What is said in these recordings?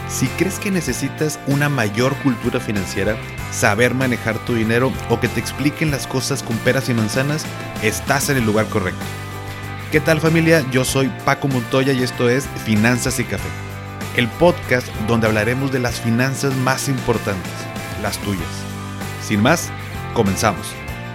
Si crees que necesitas una mayor cultura financiera, saber manejar tu dinero o que te expliquen las cosas con peras y manzanas, estás en el lugar correcto. ¿Qué tal, familia? Yo soy Paco Montoya y esto es Finanzas y Café, el podcast donde hablaremos de las finanzas más importantes, las tuyas. Sin más, comenzamos.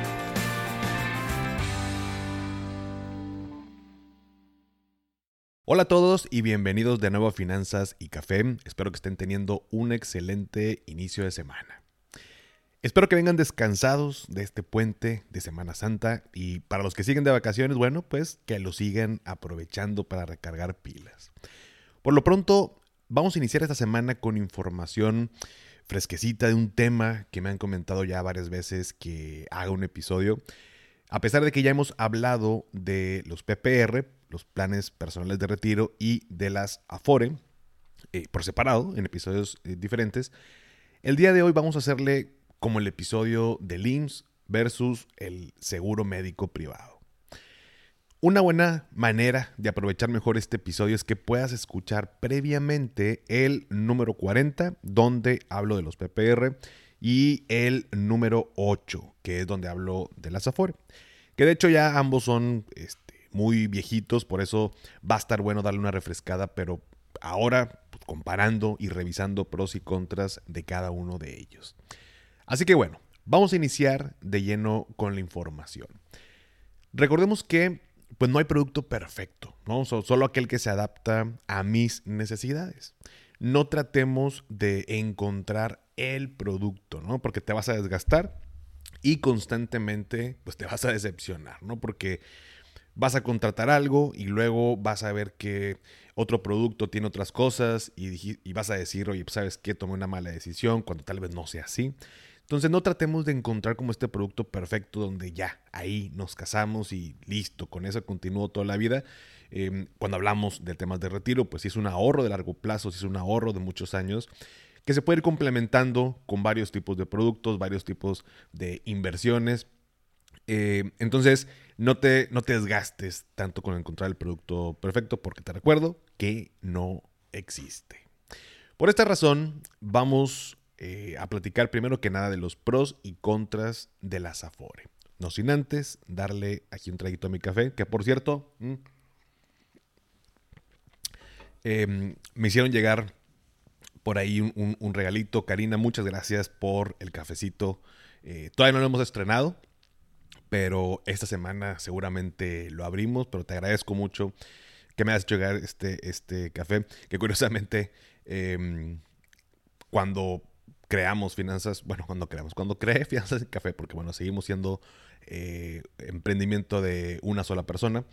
Hola a todos y bienvenidos de nuevo a Finanzas y Café. Espero que estén teniendo un excelente inicio de semana. Espero que vengan descansados de este puente de Semana Santa y para los que siguen de vacaciones, bueno, pues que lo sigan aprovechando para recargar pilas. Por lo pronto, vamos a iniciar esta semana con información fresquecita de un tema que me han comentado ya varias veces que haga un episodio. A pesar de que ya hemos hablado de los PPR, los planes personales de retiro, y de las Afore, por separado, en episodios diferentes, el día de hoy vamos a hacerle como el episodio del IMSS versus el seguro médico privado. Una buena manera de aprovechar mejor este episodio es que puedas escuchar previamente el número 40, donde hablo de los PPR, y el número 8, que es donde hablo de las Afore. Que de hecho ya ambos son muy viejitos, por eso va a estar bueno darle una refrescada, pero ahora pues, comparando y revisando pros y contras de cada uno de ellos. Así que bueno, vamos a iniciar de lleno con la información. Recordemos que pues no hay producto perfecto, ¿no? Solo aquel que se adapta a mis necesidades. No tratemos de encontrar el producto, ¿no? Porque te vas a desgastar y constantemente pues te vas a decepcionar, ¿no? Porque vas a contratar algo y luego vas a ver que otro producto tiene otras cosas y vas a decir, oye, pues ¿sabes qué? Tomé una mala decisión cuando tal vez no sea así. Entonces no tratemos de encontrar como este producto perfecto donde ya, ahí nos casamos y listo, con eso continúo toda la vida. Cuando hablamos de temas de retiro, pues si es un ahorro de largo plazo, si es un ahorro de muchos años, que se puede ir complementando con varios tipos de productos, varios tipos de inversiones. Entonces, no te desgastes tanto con encontrar el producto perfecto, porque te recuerdo que no existe. Por esta razón, vamos a platicar primero que nada de los pros y contras de las Afore. No sin antes darle aquí un traguito a mi café, que por cierto, me hicieron llegar por ahí un regalito. Karina, muchas gracias por el cafecito. Todavía no lo hemos estrenado, pero esta semana seguramente lo abrimos, pero te agradezco mucho que me hayas hecho llegar este café, que curiosamente cuando cuando creé Finanzas en Café, porque bueno, seguimos siendo emprendimiento de una sola persona,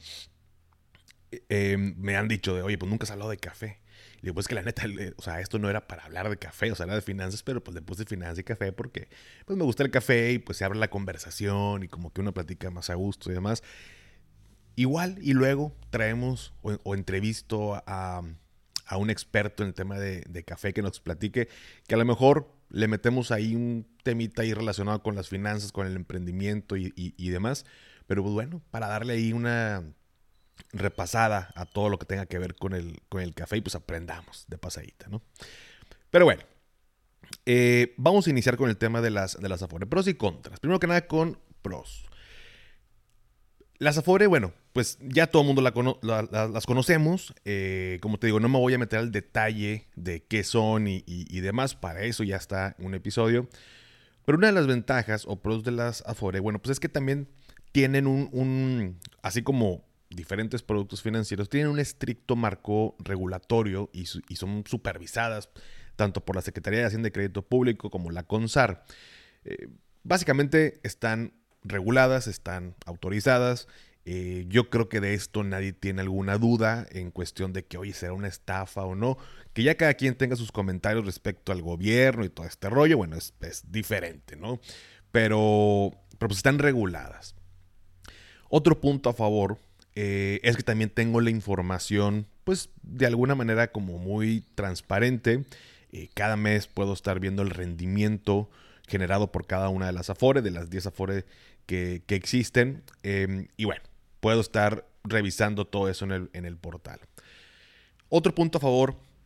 me han dicho de, oye, pues nunca has hablado de café. Y digo, pues que la neta, o sea, esto no era para hablar de café, o sea, era de finanzas, pero pues le puse finanzas y café porque pues me gusta el café y pues se abre la conversación y como que uno platica más a gusto y demás. Igual, y luego traemos o entrevisto a un experto en el tema de café que nos platique, que a lo mejor le metemos ahí un temita ahí relacionado con las finanzas, con el emprendimiento y demás. Pero pues bueno, para darle ahí una repasada a todo lo que tenga que ver con el café y pues aprendamos de pasadita, ¿no? Pero bueno, vamos a iniciar con el tema de las Afore. Pros y contras. Primero que nada con pros. Las Afore, bueno, pues ya todo el mundo las conocemos. Como te digo, no me voy a meter al detalle de qué son y demás. Para eso ya está un episodio. Pero una de las ventajas o pros de las Afore, bueno, pues es que también tienen así como diferentes productos financieros, tienen un estricto marco regulatorio y son supervisadas tanto por la Secretaría de Hacienda y Crédito Público como la CONSAR. Básicamente están reguladas, están autorizadas. Yo creo que de esto nadie tiene alguna duda en cuestión de que, oye, será una estafa o no. Que ya cada quien tenga sus comentarios respecto al gobierno y todo este rollo, bueno, es diferente, ¿no? Pero pues están reguladas. Otro punto a favor es que también tengo la información, pues de alguna manera como muy transparente. Cada mes puedo estar viendo el rendimiento generado por cada una de las Afore, de las 10 Afore que existen. Y bueno, puedo estar revisando todo eso en el portal. Otro punto a favor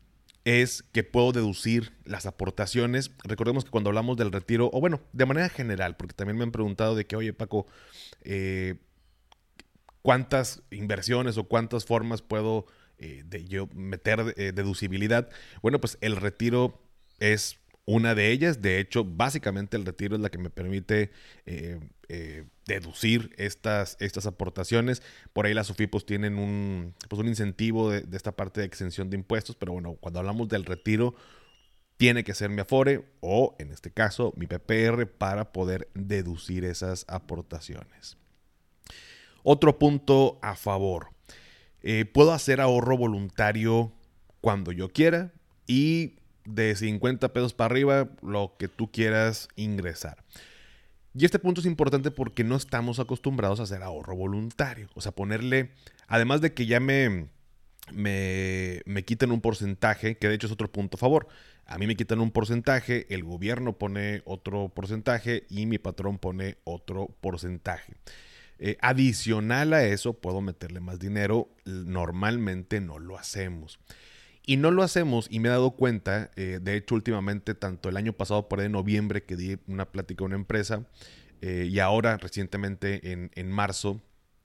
es que puedo deducir las aportaciones. Recordemos que cuando hablamos del retiro, o bueno, de manera general, porque también me han preguntado de que, oye, Paco, eh, ¿cuántas inversiones o cuántas formas puedo de yo meter deducibilidad? Bueno, pues el retiro es una de ellas. De hecho, básicamente el retiro es la que me permite deducir estas aportaciones. Por ahí las SOFIPOS tienen un incentivo de esta parte de exención de impuestos, pero bueno, cuando hablamos del retiro, tiene que ser mi Afore o, en este caso, mi PPR para poder deducir esas aportaciones. Otro punto a favor. Puedo hacer ahorro voluntario cuando yo quiera y de 50 pesos para arriba, lo que tú quieras ingresar. Y este punto es importante porque no estamos acostumbrados a hacer ahorro voluntario. O sea, ponerle, además de que ya me quitan un porcentaje, que de hecho es otro punto a favor. A mí me quitan un porcentaje, el gobierno pone otro porcentaje y mi patrón pone otro porcentaje. Adicional a eso, puedo meterle más dinero. Normalmente no lo hacemos. Y no lo hacemos, y me he dado cuenta, de hecho últimamente, tanto el año pasado por ahí de noviembre que di una plática a una empresa, y ahora recientemente en marzo,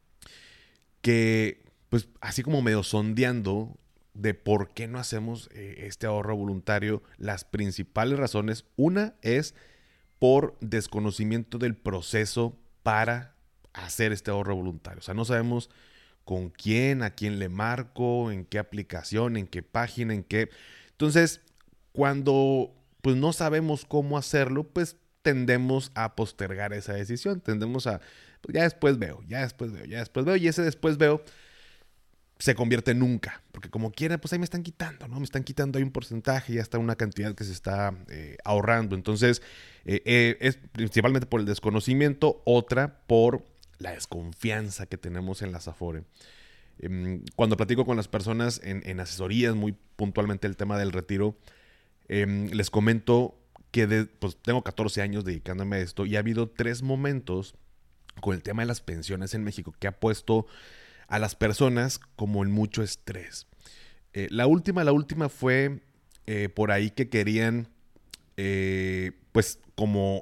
que pues así como medio sondeando de por qué no hacemos este ahorro voluntario, las principales razones, una es por desconocimiento del proceso para hacer este ahorro voluntario. O sea, no sabemos con quién, a quién le marco, en qué aplicación, en qué página, en qué. Entonces, cuando pues no sabemos cómo hacerlo, pues tendemos a postergar esa decisión, tendemos a, pues ya después veo, ya después veo, ya después veo, y ese después veo se convierte en nunca, porque como quiera, pues ahí me están quitando, ¿no? Me están quitando ahí un porcentaje, ya está una cantidad que se está ahorrando. Entonces, es principalmente por el desconocimiento, otra por la desconfianza que tenemos en las Afore. Cuando platico con las personas en asesorías, muy puntualmente el tema del retiro, les comento que pues tengo 14 años dedicándome a esto y ha habido 3 momentos con el tema de las pensiones en México que ha puesto a las personas como en mucho estrés. La última fue por ahí que querían pues como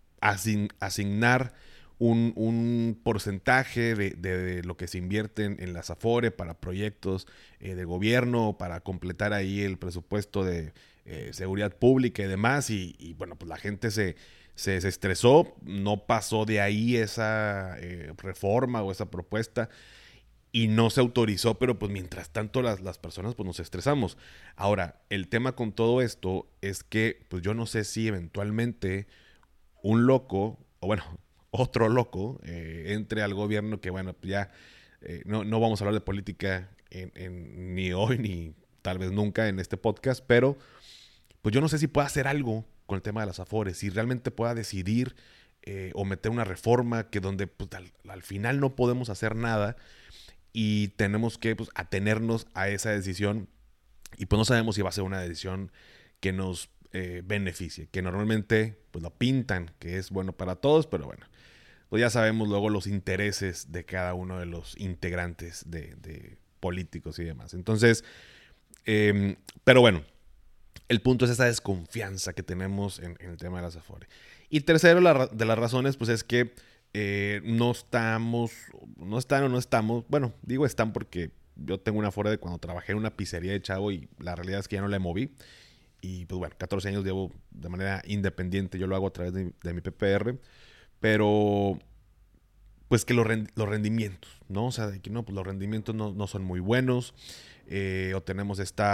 asignar un porcentaje de lo que se invierte en las Afore para proyectos de gobierno, para completar ahí el presupuesto de seguridad pública y demás. Y bueno, pues la gente se estresó, no pasó de ahí esa reforma o esa propuesta y no se autorizó, pero pues mientras tanto las personas pues nos estresamos. Ahora, el tema con todo esto es que pues yo no sé si eventualmente un loco, o bueno, otro loco, entre al gobierno que bueno, pues ya no vamos a hablar de política ni hoy ni tal vez nunca en este podcast, pero pues yo no sé si pueda hacer algo con el tema de las Afores, si realmente pueda decidir o meter una reforma que donde pues, al final no podemos hacer nada y tenemos que pues, atenernos a esa decisión y pues no sabemos si va a ser una decisión que nos beneficie, que normalmente pues lo pintan que es bueno para todos, pero bueno, pues ya sabemos luego los intereses de cada uno de los integrantes de políticos y demás. Entonces, pero bueno, el punto es esa desconfianza que tenemos en el tema de las Afore. Y tercero de las razones, pues es que no estamos, bueno, digo están porque yo tengo una Afore de cuando trabajé en una pizzería de chavo y la realidad es que ya no la moví. Y pues bueno, 14 años llevo de manera independiente, yo lo hago a través de mi PPR, pero pues que los rendimientos, ¿no? O sea, de que no, pues los rendimientos no son muy buenos, o tenemos esta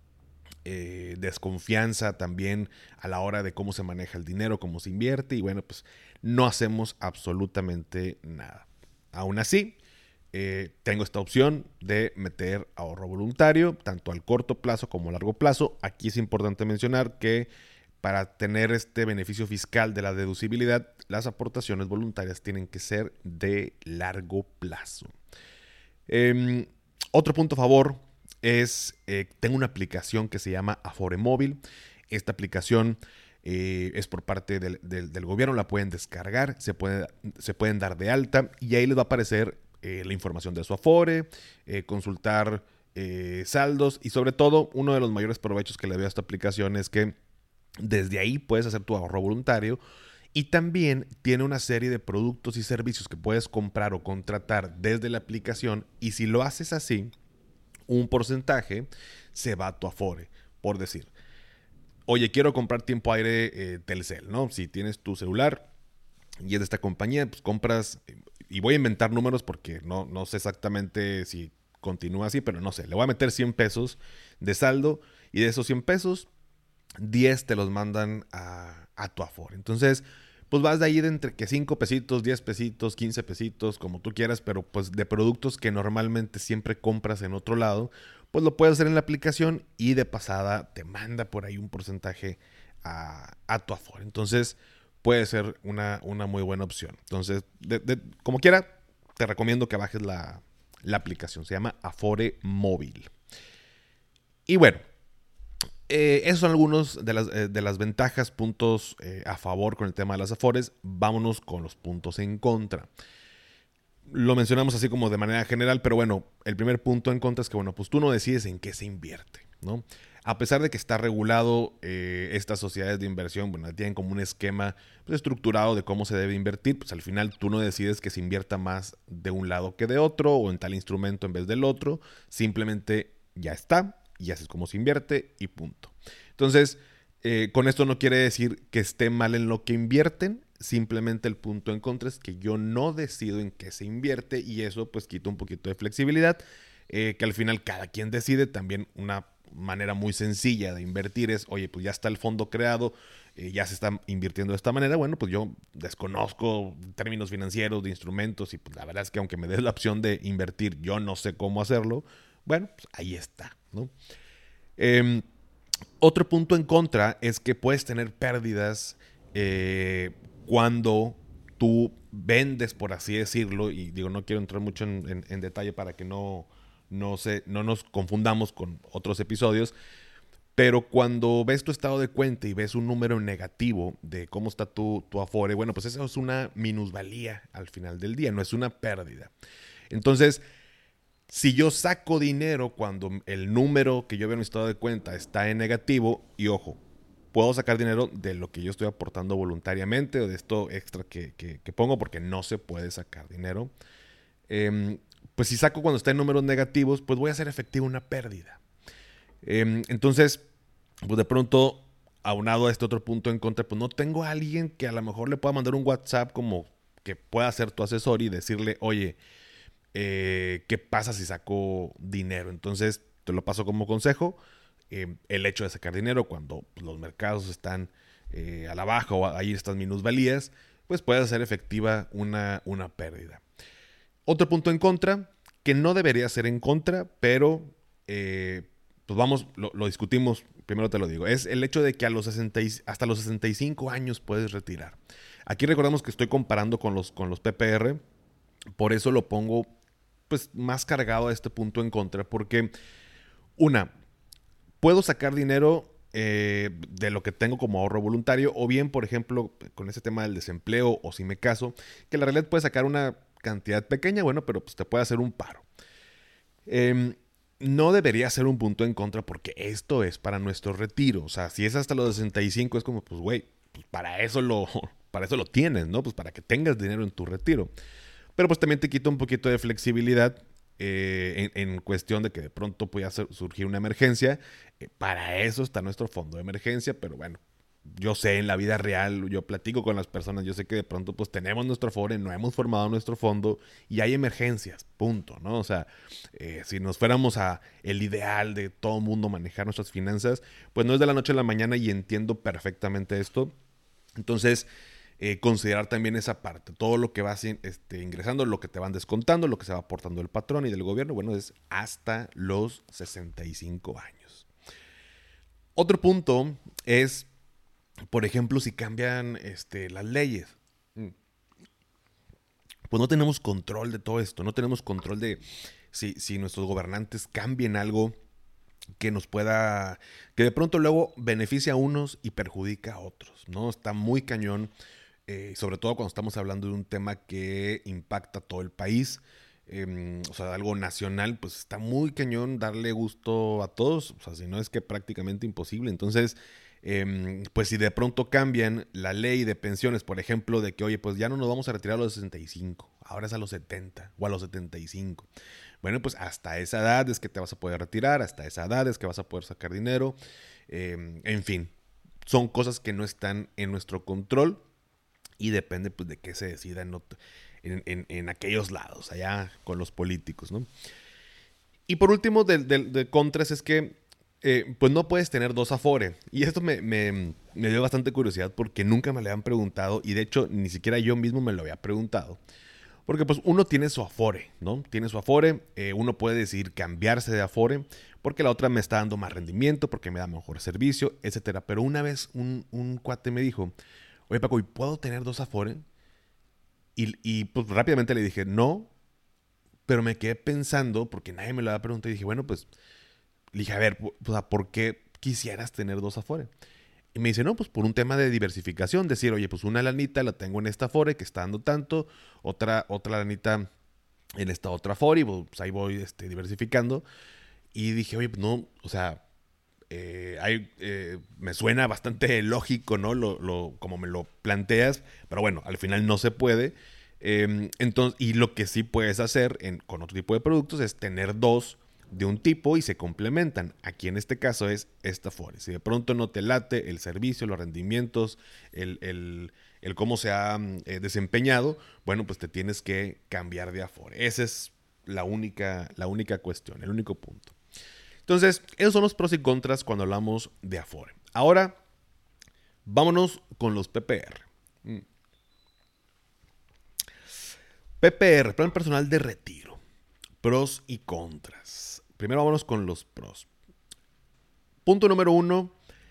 desconfianza también a la hora de cómo se maneja el dinero, cómo se invierte y bueno, pues no hacemos absolutamente nada. Aún así, tengo esta opción de meter ahorro voluntario, tanto al corto plazo como a largo plazo. Aquí es importante mencionar que para tener este beneficio fiscal de la deducibilidad, las aportaciones voluntarias tienen que ser de largo plazo. Otro punto a favor es, tengo una aplicación que se llama Afore Móvil. Esta aplicación es por parte del gobierno, la pueden descargar, se pueden dar de alta y ahí les va a aparecer la información de su Afore, consultar saldos y sobre todo uno de los mayores provechos que le veo a esta aplicación es que desde ahí puedes hacer tu ahorro voluntario y también tiene una serie de productos y servicios que puedes comprar o contratar desde la aplicación y si lo haces así, un porcentaje se va a tu Afore. Por decir, oye, quiero comprar tiempo aire Telcel, ¿no? Si tienes tu celular y es de esta compañía, pues compras, y voy a inventar números porque no sé exactamente si continúa así, pero no sé, le voy a meter 100 pesos de saldo y de esos 100 pesos, 10 te los mandan a tu Afore. Entonces, pues vas de ahí de entre que 5 pesitos, 10 pesitos, 15 pesitos, como tú quieras, pero pues de productos que normalmente siempre compras en otro lado, pues lo puedes hacer en la aplicación y de pasada te manda por ahí un porcentaje a tu Afore. Entonces, puede ser una muy buena opción. Entonces, como quiera, te recomiendo que bajes la aplicación. Se llama Afore Móvil. Y bueno, esos son algunos de las ventajas, puntos a favor con el tema de las Afores. Vámonos con los puntos en contra. Lo mencionamos así como de manera general, pero bueno, el primer punto en contra es que, bueno, pues tú no decides en qué se invierte, ¿no? A pesar de que está regulado, estas sociedades de inversión, bueno, tienen como un esquema pues, estructurado de cómo se debe invertir, pues al final tú no decides que se invierta más de un lado que de otro o en tal instrumento en vez del otro, simplemente ya está y así es como se invierte y punto. Entonces, con esto no quiere decir que esté mal en lo que invierten, simplemente el punto en contra es que yo no decido en qué se invierte y eso pues quita un poquito de flexibilidad, que al final cada quien decide. También una manera muy sencilla de invertir es, oye, pues ya está el fondo creado, ya se está invirtiendo de esta manera, bueno, pues yo desconozco términos financieros de instrumentos y pues la verdad es que aunque me des la opción de invertir, yo no sé cómo hacerlo, bueno, pues ahí está, ¿no? Eh, Otro punto en contra es que puedes tener pérdidas cuando tú vendes, por así decirlo, y digo, no quiero entrar mucho en detalle para que no nos confundamos con otros episodios, pero cuando ves tu estado de cuenta y ves un número negativo de cómo está tu Afore, bueno, pues eso es una minusvalía al final del día, no es una pérdida. Entonces, si yo saco dinero cuando el número que yo veo en mi estado de cuenta está en negativo, y ojo, puedo sacar dinero de lo que yo estoy aportando voluntariamente o de esto extra que pongo porque no se puede sacar dinero. Pues si saco cuando está en números negativos, pues voy a hacer efectiva una pérdida. Entonces, pues de pronto, aunado a este otro punto en contra, pues no tengo a alguien que a lo mejor le pueda mandar un WhatsApp como que pueda ser tu asesor y decirle, oye, ¿qué pasa si saco dinero? Entonces, te lo paso como consejo. El hecho de sacar dinero cuando pues, los mercados están a la baja o hay estas minusvalías, pues puede hacer efectiva una pérdida. Otro punto en contra, que no debería ser en contra, pero pues vamos, lo discutimos, primero te lo digo, es el hecho de que hasta los 65 años puedes retirar. Aquí recordamos que estoy comparando con los PPR, por eso lo pongo pues más cargado a este punto en contra, porque una, puedo sacar dinero de lo que tengo como ahorro voluntario, o bien, por ejemplo, con ese tema del desempleo, o si me caso, que la realidad puede sacar una cantidad pequeña, bueno, pero pues te puede hacer un paro. Eh, no debería ser un punto en contra porque esto es para nuestro retiro. O sea, si es hasta los 65 es como, pues, güey, pues para eso lo tienes, ¿no? Pues para que tengas dinero en tu retiro. Pero pues también te quita un poquito de flexibilidad en cuestión de que de pronto pueda surgir una emergencia. Para eso está nuestro fondo de emergencia, pero bueno, yo sé en la vida real, yo platico con las personas, yo sé que de pronto pues tenemos nuestro Afore, no hemos formado nuestro fondo y hay emergencias, punto, ¿no? O sea, si nos fuéramos a el ideal de todo mundo manejar nuestras finanzas, pues no es de la noche a la mañana y entiendo perfectamente esto. Entonces, considerar también esa parte, todo lo que vas ingresando, lo que te van descontando, lo que se va aportando el patrón y del gobierno, bueno, es hasta los 65 años. Otro punto es, por ejemplo, si cambian las leyes. Pues no tenemos control de todo esto, no tenemos control de si nuestros gobernantes cambien algo que nos pueda, que de pronto luego beneficia a unos y perjudica a otros, ¿no? Está muy cañón, sobre todo cuando estamos hablando de un tema que impacta a todo el país. o sea, algo nacional, pues está muy cañón darle gusto a todos, o sea, si no es que prácticamente imposible. Entonces, pues si de pronto cambian la ley de pensiones, por ejemplo, de que, oye, pues ya no nos vamos a retirar a los 65, ahora es a los 70 o a los 75. Bueno, pues hasta esa edad es que te vas a poder retirar, hasta esa edad es que vas a poder sacar dinero, en fin, son cosas que no están en nuestro control y depende pues de qué se decida en aquellos lados, allá con los políticos, ¿no? Y por último, de contras es que pues no puedes tener dos Afore. Y esto me dio bastante curiosidad porque nunca me lo habían preguntado y de hecho ni siquiera yo mismo me lo había preguntado. Porque pues uno tiene su Afore, ¿no? Tiene su Afore, uno puede decidir cambiarse de Afore porque la otra me está dando más rendimiento, porque me da mejor servicio, etcétera. Pero una vez un cuate me dijo, oye Paco, ¿y puedo tener dos Afore? Y pues rápidamente le dije, no, pero me quedé pensando, porque nadie me lo había preguntado, y dije, bueno, pues, le dije, a ver, o sea, ¿por qué quisieras tener dos Afore? Y me dice, no, pues por un tema de diversificación, decir, oye, pues una lanita la tengo en esta Afore que está dando tanto, otra lanita en esta otra Afore, y pues ahí voy diversificando. Y dije, oye, pues no, o sea, me suena bastante lógico, ¿no? Como me lo planteas, pero bueno, al final no se puede. Entonces, y lo que sí puedes hacer con otro tipo de productos es tener dos de un tipo y se complementan. Aquí en este caso es esta Afore. Si de pronto no te late el servicio, los rendimientos, el cómo se ha desempeñado, bueno, pues te tienes que cambiar de Afore. Esa es la única cuestión, el único punto. Entonces, esos son los pros y contras cuando hablamos de Afore. Ahora, vámonos con los PPR. PPR, Plan Personal de Retiro. Pros y contras. Primero vámonos con los pros. Punto número uno.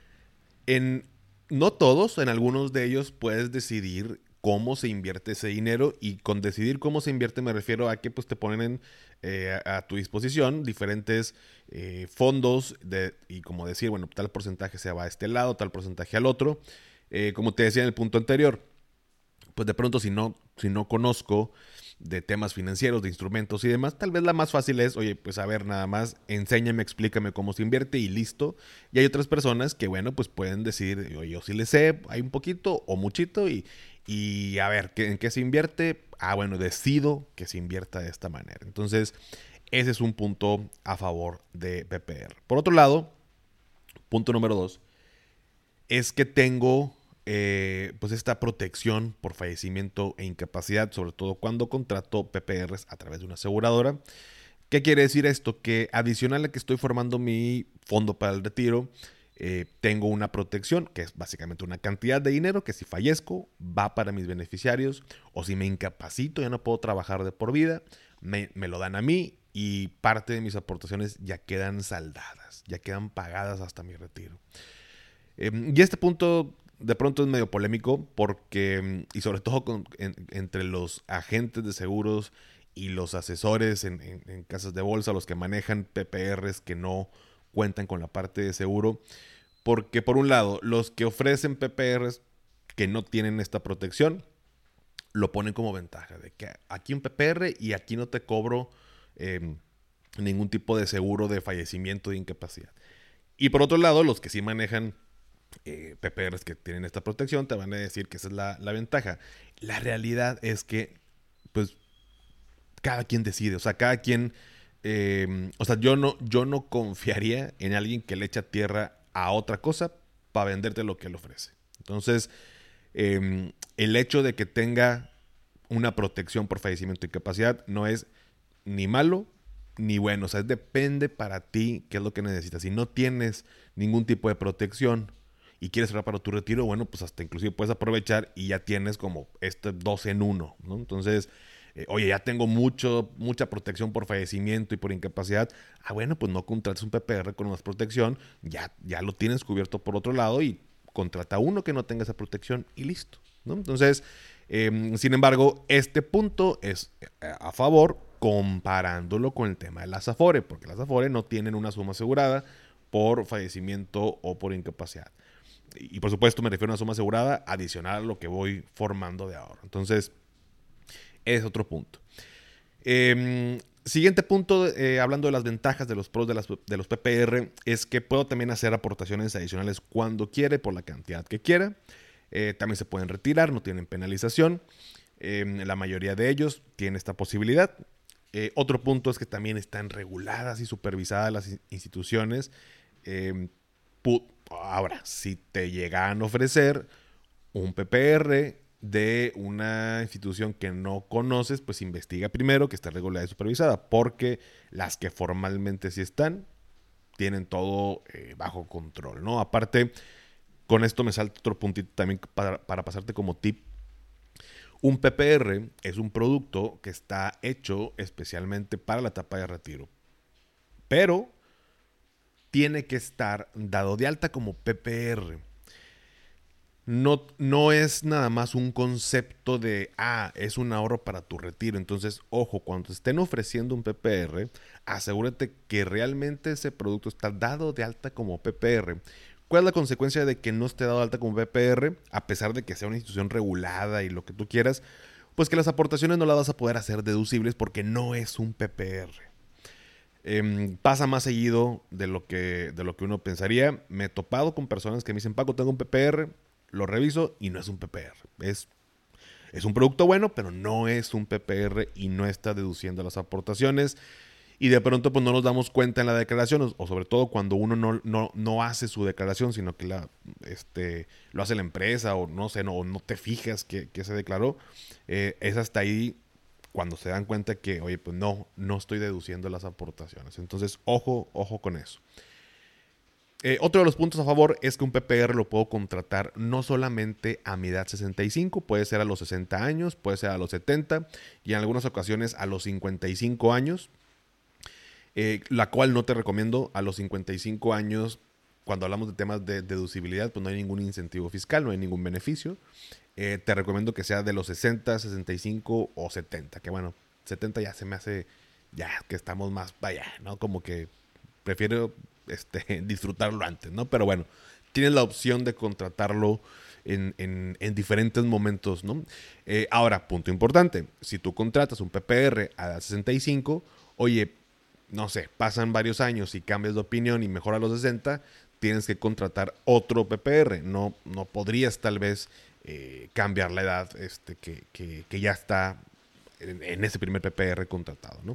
No todos, en algunos de ellos puedes decidir cómo se invierte ese dinero, y con decidir cómo se invierte me refiero a que pues te ponen a tu disposición diferentes fondos y como decir, bueno, tal porcentaje se va a este lado, tal porcentaje al otro. Como te decía en el punto anterior, pues de pronto si no conozco de temas financieros, de instrumentos y demás, tal vez la más fácil es, oye, pues a ver, nada más, enséñame, explícame cómo se invierte y listo. Y hay otras personas que, bueno, pues pueden decir, oye, yo sí le sé, hay un poquito o muchito y a ver, ¿en qué se invierte? Ah, bueno, decido que se invierta de esta manera. Entonces, ese es un punto a favor de PPR. Por otro lado, punto número dos, es que tengo pues esta protección por fallecimiento e incapacidad, sobre todo cuando contrato PPRs a través de una aseguradora. ¿Qué quiere decir esto? Que adicional a que estoy formando mi fondo para el retiro, tengo una protección, que es básicamente una cantidad de dinero que si fallezco va para mis beneficiarios, o si me incapacito, ya no puedo trabajar de por vida, me lo dan a mí y parte de mis aportaciones ya quedan saldadas, ya quedan pagadas hasta mi retiro. Y este punto de pronto es medio polémico porque, y sobre todo entre los agentes de seguros y los asesores en casas de bolsa, los que manejan PPRs que no cuentan con la parte de seguro, porque por un lado, los que ofrecen PPRs que no tienen esta protección, lo ponen como ventaja, de que aquí un PPR y aquí no te cobro eh, ningún tipo de seguro de fallecimiento de incapacidad. Y por otro lado, los que sí manejan PPRs que tienen esta protección te van a decir que esa es la ventaja. La realidad es que, pues, cada quien decide, o sea, cada quien, o sea, yo no confiaría en alguien que le echa tierra a otra cosa para venderte lo que él ofrece. Entonces, el hecho de que tenga una protección por fallecimiento y incapacidad no es ni malo ni bueno. O sea, depende para ti qué es lo que necesitas. Si no tienes ningún tipo de protección y quieres cerrar para tu retiro, bueno, pues hasta inclusive puedes aprovechar y ya tienes como este 2 en uno, ¿no? Entonces, oye, ya tengo mucha protección por fallecimiento y por incapacidad. Ah, bueno, pues no contrates un PPR con más protección, ya lo tienes cubierto por otro lado y contrata uno que no tenga esa protección y listo, ¿no? Entonces, sin embargo, este punto es a favor comparándolo con el tema de las Afore, porque las Afore no tienen una suma asegurada por fallecimiento o por incapacidad. Y por supuesto me refiero a una suma asegurada adicional a lo que voy formando de ahorro. Entonces, es otro punto. Siguiente punto, hablando de las ventajas de los pros de los PPR, es que puedo también hacer aportaciones adicionales cuando quiere, por la cantidad que quiera. También se pueden retirar, no tienen penalización. La mayoría de ellos tienen esta posibilidad. Otro punto es que también están reguladas y supervisadas las instituciones. Ahora, si te llegan a ofrecer un PPR de una institución que no conoces, pues investiga primero que esté regulada y supervisada, porque las que formalmente sí están, tienen todo bajo control, ¿no? Aparte, con esto me salta otro puntito también para pasarte como tip. Un PPR es un producto que está hecho especialmente para la etapa de retiro, pero tiene que estar dado de alta como PPR. No es nada más un concepto de, es un ahorro para tu retiro. Entonces, ojo, cuando te estén ofreciendo un PPR, asegúrate que realmente ese producto está dado de alta como PPR. ¿Cuál es la consecuencia de que no esté dado de alta como PPR? A pesar de que sea una institución regulada y lo que tú quieras, pues que las aportaciones no las vas a poder hacer deducibles porque no es un PPR. Pasa más seguido de lo que uno pensaría. Me he topado con personas que me dicen, Paco, tengo un PPR, lo reviso y no es un PPR. Es un producto bueno, pero no es un PPR y no está deduciendo las aportaciones. Y de pronto pues no nos damos cuenta en la declaración, o sobre todo cuando uno no hace su declaración, sino que lo hace la empresa, o no sé, no te fijas que se declaró. Es hasta ahí cuando se dan cuenta que, oye, pues no estoy deduciendo las aportaciones. Entonces, ojo con eso. Otro de los puntos a favor es que un PPR lo puedo contratar no solamente a mi edad 65, puede ser a los 60 años, puede ser a los 70 y en algunas ocasiones a los 55 años, la cual no te recomiendo a los 55 años. Cuando hablamos de temas de deducibilidad, pues no hay ningún incentivo fiscal, no hay ningún beneficio. Te recomiendo que sea de los 60, 65 o 70, que bueno, 70 ya se me hace, ya que estamos más, vaya, ¿no? Como que prefiero disfrutarlo antes, ¿no? Pero bueno, tienes la opción de contratarlo en diferentes momentos, ¿no? Ahora, punto importante, si tú contratas un PPR a edad 65, oye, no sé, pasan varios años y cambias de opinión y mejora a los 60, tienes que contratar otro PPR. No podrías tal vez cambiar la edad que ya está en ese primer PPR contratado, ¿no?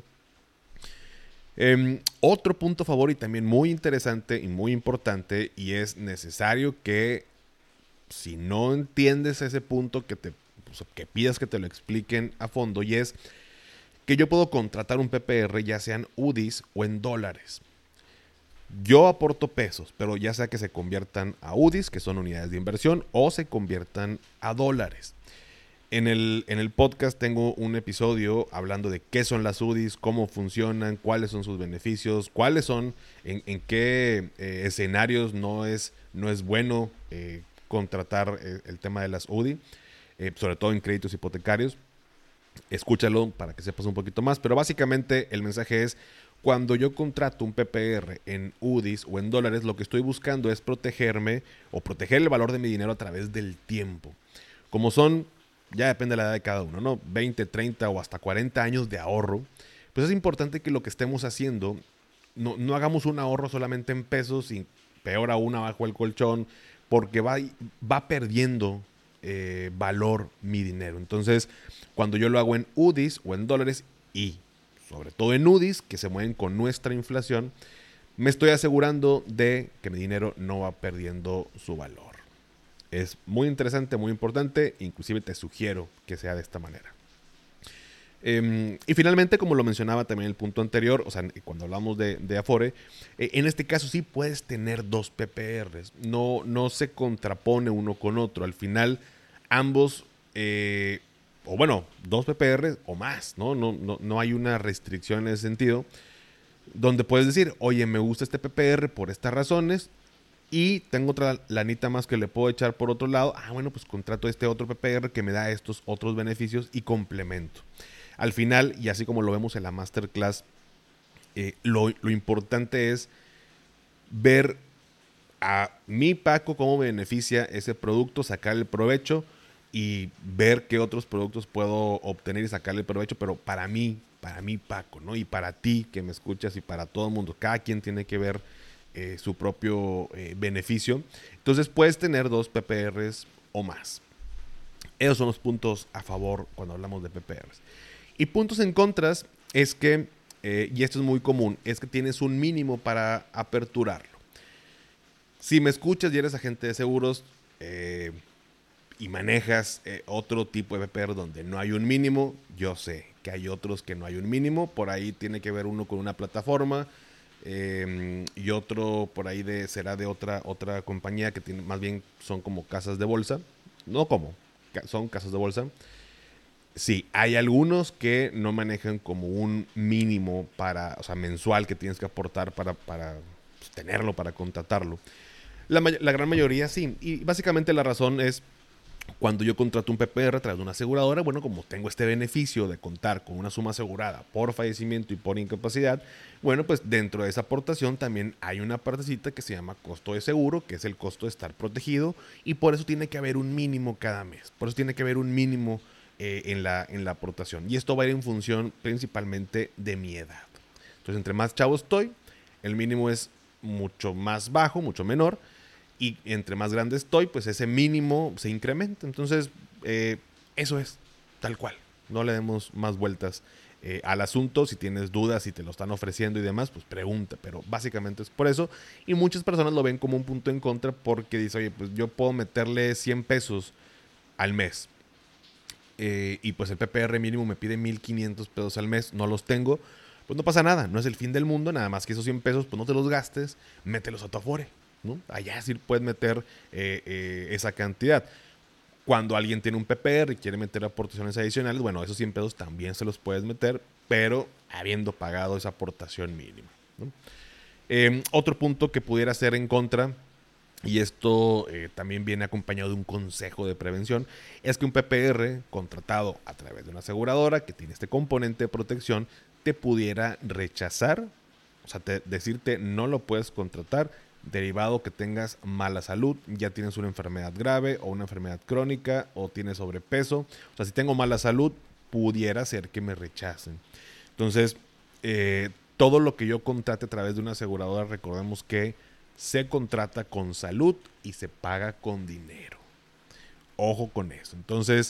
Otro punto a favor y también muy interesante y muy importante, y es necesario que si no entiendes ese punto que pidas que te lo expliquen a fondo, y es que yo puedo contratar un PPR ya sean UDIs o en dólares. Yo aporto pesos, pero ya sea que se conviertan a UDIs, que son unidades de inversión, o se conviertan a dólares. En el podcast tengo un episodio hablando de qué son las UDIs, cómo funcionan, cuáles son sus beneficios, cuáles son, en qué escenarios no es bueno contratar el tema de las UDI, sobre todo en créditos hipotecarios. Escúchalo para que sepas un poquito más, pero básicamente el mensaje es: cuando yo contrato un PPR en UDIs o en dólares, lo que estoy buscando es protegerme o proteger el valor de mi dinero a través del tiempo. Como son, ya depende de la edad de cada uno, ¿no? 20, 30 o hasta 40 años de ahorro, pues es importante que lo que estemos haciendo, no hagamos un ahorro solamente en pesos y peor aún abajo el colchón, porque va perdiendo valor mi dinero. Entonces, cuando yo lo hago en UDIs o en dólares, y sobre todo en UDIs, que se mueven con nuestra inflación, me estoy asegurando de que mi dinero no va perdiendo su valor. Es muy interesante, muy importante, inclusive te sugiero que sea de esta manera. Y finalmente, como lo mencionaba también en el punto anterior, o sea, cuando hablamos de Afore, en este caso sí puedes tener dos PPRs, no se contrapone uno con otro. Al final, ambos, o bueno, dos PPRs o más, no hay una restricción en ese sentido, donde puedes decir, oye, me gusta este PPR por estas razones, y tengo otra lanita más que le puedo echar por otro lado. Bueno, pues contrato este otro PPR que me da estos otros beneficios y complemento. Al final, y así como lo vemos en la masterclass, lo importante es ver a mi Paco cómo me beneficia ese producto, sacar el provecho y ver qué otros productos puedo obtener y sacarle el provecho, pero para mí, para mí, Paco, ¿no? Y para ti que me escuchas y para todo el mundo. Cada quien tiene que ver su propio beneficio. Entonces puedes tener 2 PPRs o más. Esos son los puntos a favor cuando hablamos de PPRs. Y puntos en contras es que, y esto es muy común, es que tienes un mínimo para aperturarlo. Si me escuchas y eres agente de seguros y manejas otro tipo de PPR donde no hay un mínimo, yo sé que hay otros que no hay un mínimo. Por ahí tiene que ver uno con una plataforma y otro por ahí será de otra compañía que tiene, más bien son como casas de bolsa. No como, son casas de bolsa. Sí, hay algunos que no manejan como un mínimo o sea, mensual que tienes que aportar para pues, tenerlo, para contratarlo. La gran mayoría sí. Y básicamente la razón es cuando yo contrato un PPR a través de una aseguradora, bueno, como tengo este beneficio de contar con una suma asegurada por fallecimiento y por incapacidad, bueno, pues dentro de esa aportación también hay una partecita que se llama costo de seguro, que es el costo de estar protegido, y por eso tiene que haber un mínimo cada mes. Por eso tiene que haber un mínimo en la aportación. Y esto va a ir en función principalmente de mi edad. Entonces, entre más chavo estoy, el mínimo es mucho más bajo, mucho menor. Y entre más grande estoy, pues ese mínimo se incrementa. Entonces, eso es tal cual. No le demos más vueltas al asunto. Si tienes dudas, si te lo están ofreciendo y demás, pues pregunta. Pero básicamente es por eso. Y muchas personas lo ven como un punto en contra porque dice, oye, pues yo puedo meterle 100 pesos al mes. Y pues el PPR mínimo me pide 1,500 pesos al mes. No los tengo. Pues no pasa nada. No es el fin del mundo. Nada más que esos 100 pesos, pues no te los gastes. Mételos a tu Afore, ¿no? Allá sí puedes meter esa cantidad. Cuando alguien tiene un PPR y quiere meter aportaciones adicionales, bueno, esos 100 pesos también se los puedes meter, pero habiendo pagado esa aportación mínima, ¿no? Otro punto que pudiera ser en contra, y esto también viene acompañado de un consejo de prevención, es que un PPR contratado a través de una aseguradora que tiene este componente de protección te pudiera rechazar, o sea, decirte no lo puedes contratar derivado que tengas mala salud, ya tienes una enfermedad grave o una enfermedad crónica o tienes sobrepeso. O sea, si tengo mala salud, pudiera ser que me rechacen. Entonces, todo lo que yo contrate a través de una aseguradora, recordemos que se contrata con salud y se paga con dinero. Ojo con eso. Entonces,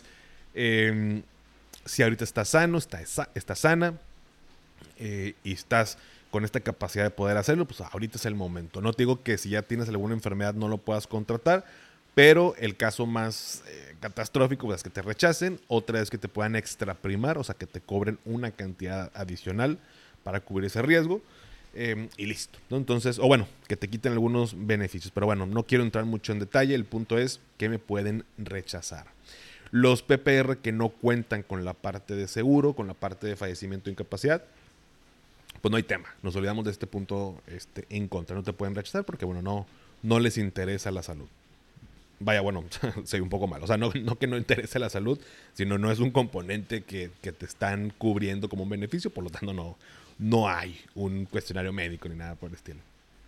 si ahorita estás sano, estás sana y estás con esta capacidad de poder hacerlo, pues ahorita es el momento. No te digo que si ya tienes alguna enfermedad no lo puedas contratar, pero el caso más catastrófico es que te rechacen, otra es que te puedan extraprimar, o sea, que te cobren una cantidad adicional para cubrir ese riesgo y listo, ¿no? Entonces, o bueno, que te quiten algunos beneficios, pero bueno, no quiero entrar mucho en detalle, el punto es que me pueden rechazar. Los PPR que no cuentan con la parte de seguro, con la parte de fallecimiento e incapacidad, pues no hay tema. Nos olvidamos de este punto en contra. No te pueden rechazar porque, bueno, no les interesa la salud. Vaya, bueno, soy un poco mal. O sea, no que no interese la salud, sino no es un componente que te están cubriendo como un beneficio. Por lo tanto, no hay un cuestionario médico ni nada por el estilo.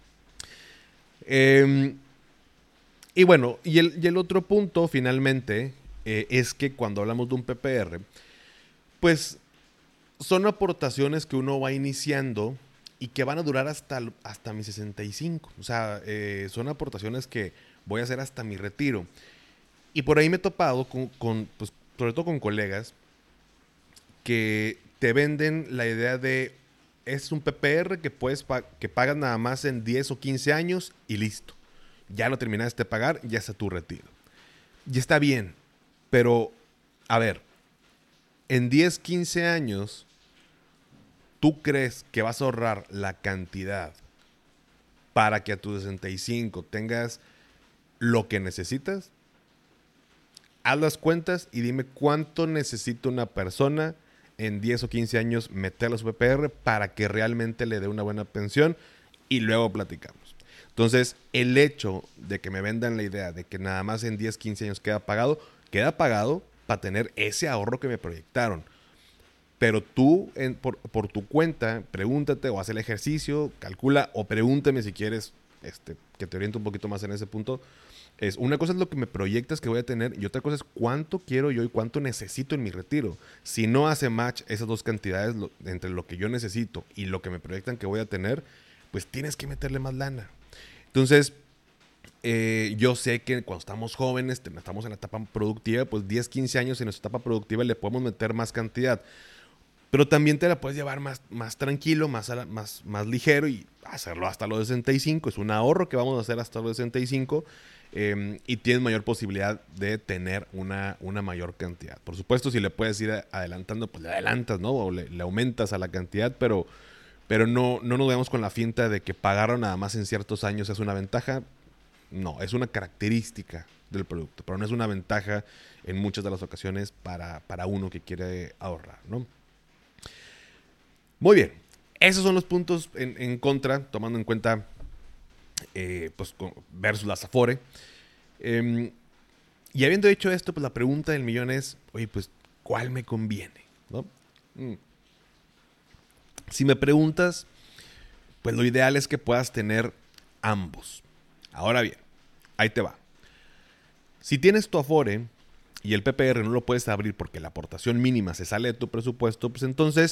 Y bueno, y el otro punto, finalmente, es que cuando hablamos de un PPR, pues son aportaciones que uno va iniciando y que van a durar hasta mis 65. O sea, son aportaciones que voy a hacer hasta mi retiro. Y por ahí me he topado pues, sobre todo con colegas que te venden la idea de es un PPR que que pagas nada más en 10 o 15 años y listo. Ya lo terminaste de pagar, ya está tu retiro. Y está bien, pero a ver, en 10, 15 años ¿tú crees que vas a ahorrar la cantidad para que a tus 65 tengas lo que necesitas? Haz las cuentas y dime cuánto necesita una persona en 10 o 15 años meterle a su PPR para que realmente le dé una buena pensión y luego platicamos. Entonces, el hecho de que me vendan la idea de que nada más en 10, 15 años queda pagado para tener ese ahorro que me proyectaron. Pero tú, por tu cuenta, pregúntate o haz el ejercicio, calcula o pregúntame si quieres que te oriente un poquito más en ese punto. Una cosa es lo que me proyectas que voy a tener y otra cosa es cuánto quiero yo y cuánto necesito en mi retiro. Si no hace match esas dos cantidades entre lo que yo necesito y lo que me proyectan que voy a tener, pues tienes que meterle más lana. Entonces, yo sé que cuando estamos jóvenes, estamos en la etapa productiva, pues 10, 15 años en nuestra etapa productiva le podemos meter más cantidad. Pero también te la puedes llevar más tranquilo, más ligero y hacerlo hasta los 65. Es un ahorro que vamos a hacer hasta los 65 y tienes mayor posibilidad de tener una mayor cantidad. Por supuesto, si le puedes ir adelantando, pues le adelantas, ¿no? O le aumentas a la cantidad, pero no nos veamos con la finta de que pagarlo nada más en ciertos años es una ventaja. No, es una característica del producto, pero no es una ventaja en muchas de las ocasiones para uno que quiere ahorrar, ¿no? Muy bien, esos son los puntos en contra, tomando en cuenta pues versus las Afore. Y habiendo dicho esto, pues la pregunta del millón es, oye, pues, ¿cuál me conviene? ¿No? Si me preguntas, pues lo ideal es que puedas tener ambos. Ahora bien, ahí te va. Si tienes tu Afore y el PPR no lo puedes abrir porque la aportación mínima se sale de tu presupuesto, pues entonces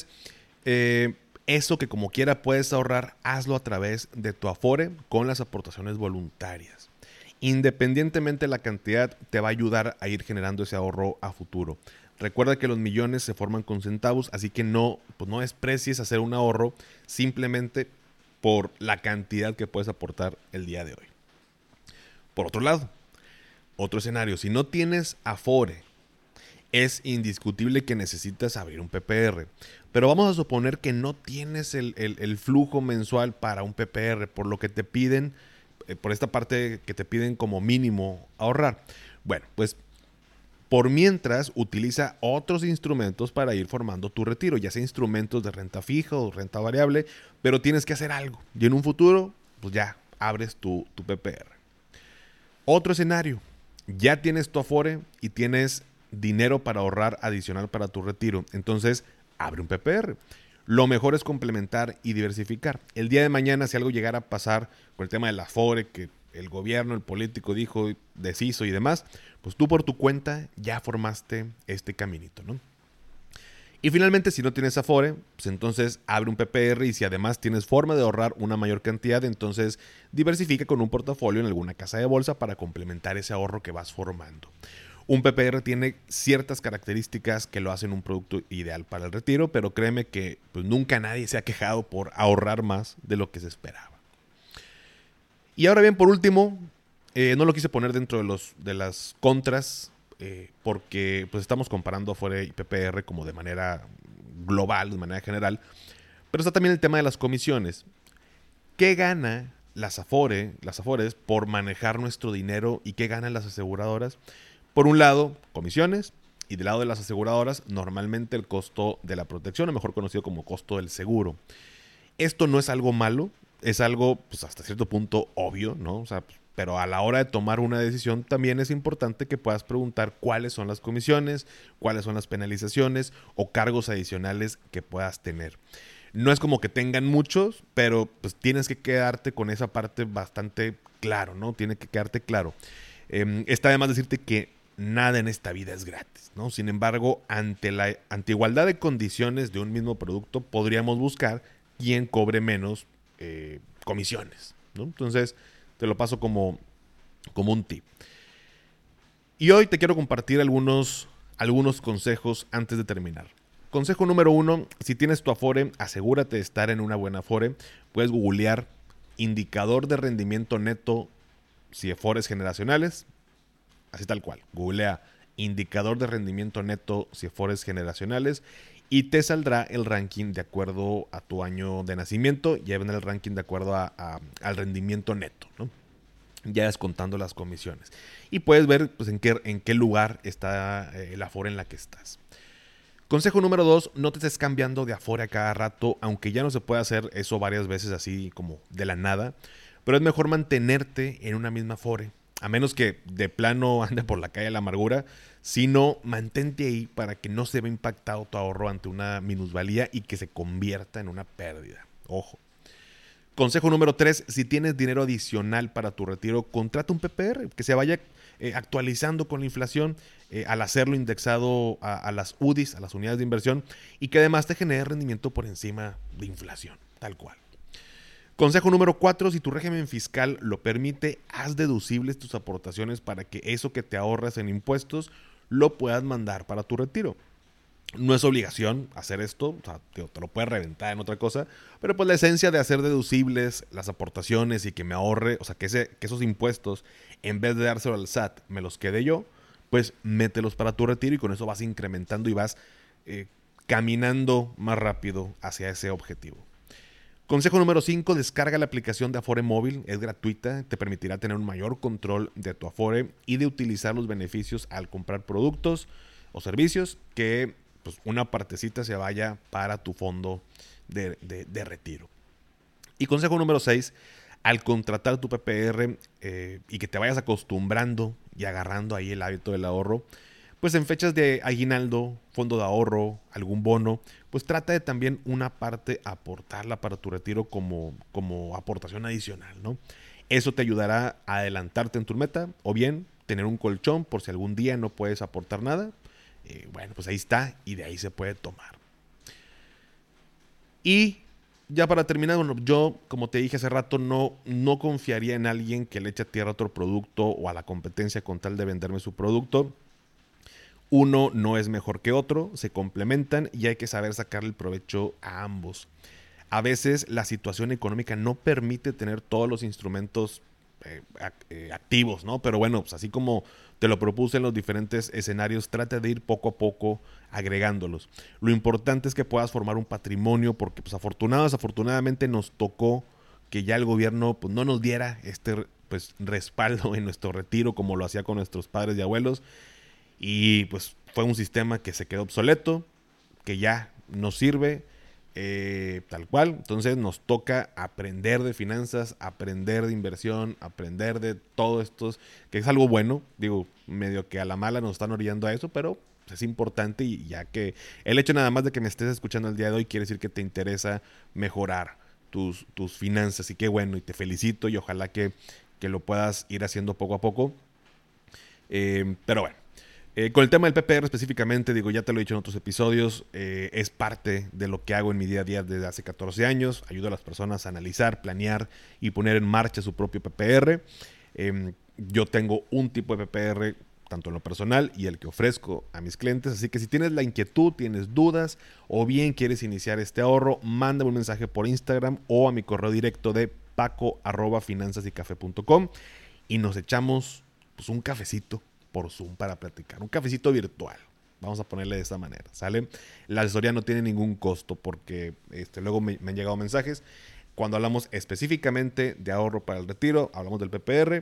eso que como quiera puedes ahorrar, hazlo a través de tu Afore con las aportaciones voluntarias. Independientemente de la cantidad, te va a ayudar a ir generando ese ahorro a futuro. Recuerda que los millones se forman con centavos, así que no desprecies hacer un ahorro simplemente por la cantidad que puedes aportar el día de hoy. Por otro lado, otro escenario, si no tienes Afore, es indiscutible que necesitas abrir un PPR. Pero vamos a suponer que no tienes el flujo mensual para un PPR, por lo que te piden, por esta parte que te piden como mínimo ahorrar. Bueno, pues por mientras utiliza otros instrumentos para ir formando tu retiro, ya sea instrumentos de renta fija o renta variable, pero tienes que hacer algo. Y en un futuro, pues ya abres tu PPR. Otro escenario, ya tienes tu Afore y tienes dinero para ahorrar adicional para tu retiro. Entonces, abre un PPR. Lo mejor es complementar y diversificar. El día de mañana, si algo llegara a pasar con el tema del Afore, que el gobierno, el político dijo, deshizo y demás, pues tú por tu cuenta ya formaste este caminito, ¿no? Y finalmente, si no tienes Afore, pues entonces abre un PPR y si además tienes forma de ahorrar una mayor cantidad, entonces diversifica con un portafolio en alguna casa de bolsa para complementar ese ahorro que vas formando. Un PPR tiene ciertas características que lo hacen un producto ideal para el retiro, pero créeme que pues, nunca nadie se ha quejado por ahorrar más de lo que se esperaba. Y ahora bien, por último, no lo quise poner dentro de las contras, porque pues estamos comparando Afore y PPR como de manera global, de manera general, pero está también el tema de las comisiones. ¿Qué gana las Afores por manejar nuestro dinero y qué ganan las aseguradoras? Por un lado, comisiones, y del lado de las aseguradoras, normalmente el costo de la protección, o mejor conocido como costo del seguro. Esto no es algo malo, es algo pues, hasta cierto punto obvio, ¿no? O sea, pero a la hora de tomar una decisión también es importante que puedas preguntar cuáles son las comisiones, cuáles son las penalizaciones o cargos adicionales que puedas tener. No es como que tengan muchos, pero pues tienes que quedarte con esa parte bastante claro, ¿no? Tiene que quedarte claro. Está además decirte que nada en esta vida es gratis, ¿no? Sin embargo, ante igualdad de condiciones de un mismo producto, podríamos buscar quién cobre menos comisiones, ¿no? Entonces, te lo paso como un tip. Y hoy te quiero compartir algunos consejos antes de terminar. Consejo número 1, si tienes tu Afore, asegúrate de estar en una buena Afore. Puedes googlear indicador de rendimiento neto si Afores generacionales. Así tal cual. Googlea indicador de rendimiento neto si Afores generacionales y te saldrá el ranking de acuerdo a tu año de nacimiento. Ya ven el ranking de acuerdo al rendimiento neto, ¿no? Ya descontando las comisiones. Y puedes ver pues, en qué lugar está la Afore en la que estás. Consejo número 2, no te estés cambiando de Afore a cada rato, aunque ya no se puede hacer eso varias veces así como de la nada, pero es mejor mantenerte en una misma Afore, a menos que de plano ande por la calle de la amargura, sino mantente ahí para que no se vea impactado tu ahorro ante una minusvalía y que se convierta en una pérdida. Ojo. Consejo número 3, si tienes dinero adicional para tu retiro, contrata un PPR que se vaya actualizando con la inflación al hacerlo indexado a las UDIs, a las unidades de inversión, y que además te genere rendimiento por encima de inflación, tal cual. Consejo número 4, si tu régimen fiscal lo permite, haz deducibles tus aportaciones para que eso que te ahorras en impuestos lo puedas mandar para tu retiro. No es obligación hacer esto, o sea, te lo puedes reventar en otra cosa, pero pues la esencia de hacer deducibles las aportaciones y que me ahorre, o sea, que esos impuestos, en vez de dárselo al SAT, me los quede yo, pues mételos para tu retiro y con eso vas incrementando y vas caminando más rápido hacia ese objetivo. Consejo número 5, descarga la aplicación de Afore Móvil, es gratuita, te permitirá tener un mayor control de tu Afore y de utilizar los beneficios al comprar productos o servicios que pues una partecita se vaya para tu fondo de retiro. Y consejo número 6, al contratar tu PPR y que te vayas acostumbrando y agarrando ahí el hábito del ahorro, pues en fechas de aguinaldo, fondo de ahorro, algún bono, pues trata de también una parte aportarla para tu retiro como aportación adicional, ¿no? Eso te ayudará a adelantarte en tu meta o bien tener un colchón por si algún día no puedes aportar nada. Bueno, pues ahí está y de ahí se puede tomar. Y ya para terminar, bueno, yo, como te dije hace rato, no confiaría en alguien que le eche a tierra otro producto o a la competencia con tal de venderme su producto. Uno no es mejor que otro, se complementan y hay que saber sacarle el provecho a ambos. A veces la situación económica no permite tener todos los instrumentos activos, ¿no? Pero bueno, pues así como te lo propuse en los diferentes escenarios, trata de ir poco a poco agregándolos. Lo importante es que puedas formar un patrimonio porque pues afortunadamente nos tocó que ya el gobierno pues no nos diera pues respaldo en nuestro retiro como lo hacía con nuestros padres y abuelos, y pues fue un sistema que se quedó obsoleto, que ya no sirve, tal cual. Entonces nos toca aprender de finanzas, aprender de inversión, aprender de todo esto, que es algo bueno. Digo, medio que a la mala nos están orillando a eso, pero es importante, y ya que el hecho nada más de que me estés escuchando el día de hoy quiere decir que te interesa mejorar tus finanzas, y qué bueno, y te felicito y ojalá que lo puedas ir haciendo poco a poco. Pero bueno. Con el tema del PPR específicamente, digo, ya te lo he dicho en otros episodios, es parte de lo que hago en mi día a día desde hace 14 años. Ayudo a las personas a analizar, planear y poner en marcha su propio PPR. Yo tengo un tipo de PPR, tanto en lo personal y el que ofrezco a mis clientes. Así que si tienes la inquietud, tienes dudas o bien quieres iniciar este ahorro, mándame un mensaje por Instagram o a mi correo directo de paco@finanzasycafe.com y nos echamos pues un cafecito por Zoom para platicar, un cafecito virtual, vamos a ponerle de esta manera, ¿sale? La asesoría no tiene ningún costo porque luego me han llegado mensajes. Cuando hablamos específicamente de ahorro para el retiro, hablamos del PPR,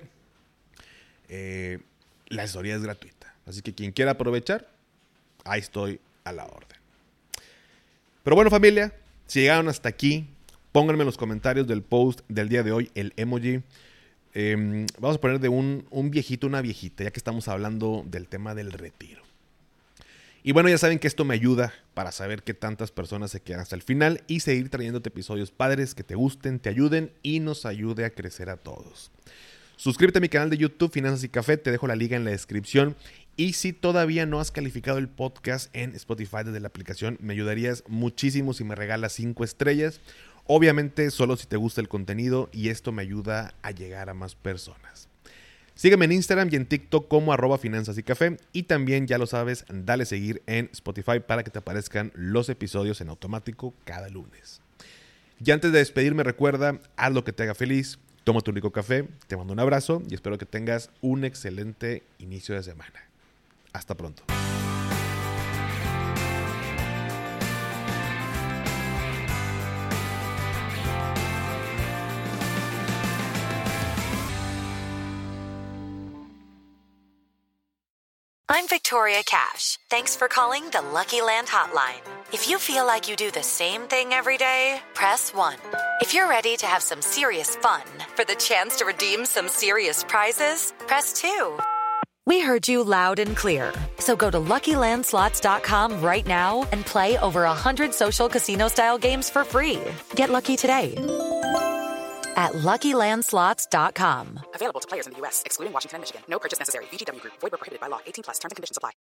la asesoría es gratuita, así que quien quiera aprovechar, ahí estoy a la orden. Pero bueno, familia, si llegaron hasta aquí, pónganme en los comentarios del post del día de hoy el emoji. Vamos a poner de un viejito, una viejita, ya que estamos hablando del tema del retiro. Y bueno, ya saben que esto me ayuda para saber qué tantas personas se quedan hasta el final y seguir trayéndote episodios padres que te gusten, te ayuden y nos ayude a crecer a todos. Suscríbete a mi canal de YouTube, Finanzas y Café, te dejo la liga en la descripción. Y si todavía no has calificado el podcast en Spotify desde la aplicación, me ayudarías muchísimo si me regalas 5 estrellas. Obviamente solo si te gusta el contenido y esto me ayuda a llegar a más personas. Sígueme en Instagram y en TikTok como @finanzasycafé y también, ya lo sabes, dale seguir en Spotify para que te aparezcan los episodios en automático cada lunes. Y antes de despedirme, recuerda, haz lo que te haga feliz, toma tu rico café, te mando un abrazo y espero que tengas un excelente inicio de semana. Hasta pronto. I'm Victoria Cash. Thanks for calling the Lucky Land Hotline. If you feel like you do the same thing every day, press 1. If you're ready to have some serious fun for the chance to redeem some serious prizes, press 2. We heard you loud and clear. So go to LuckyLandSlots.com right now and play over 100 social casino-style games for free. Get lucky today at LuckyLandSlots.com. Available to players in the U.S., excluding Washington and Michigan. No purchase necessary. VGW Group. Void where prohibited by law. 18+. Terms and conditions apply.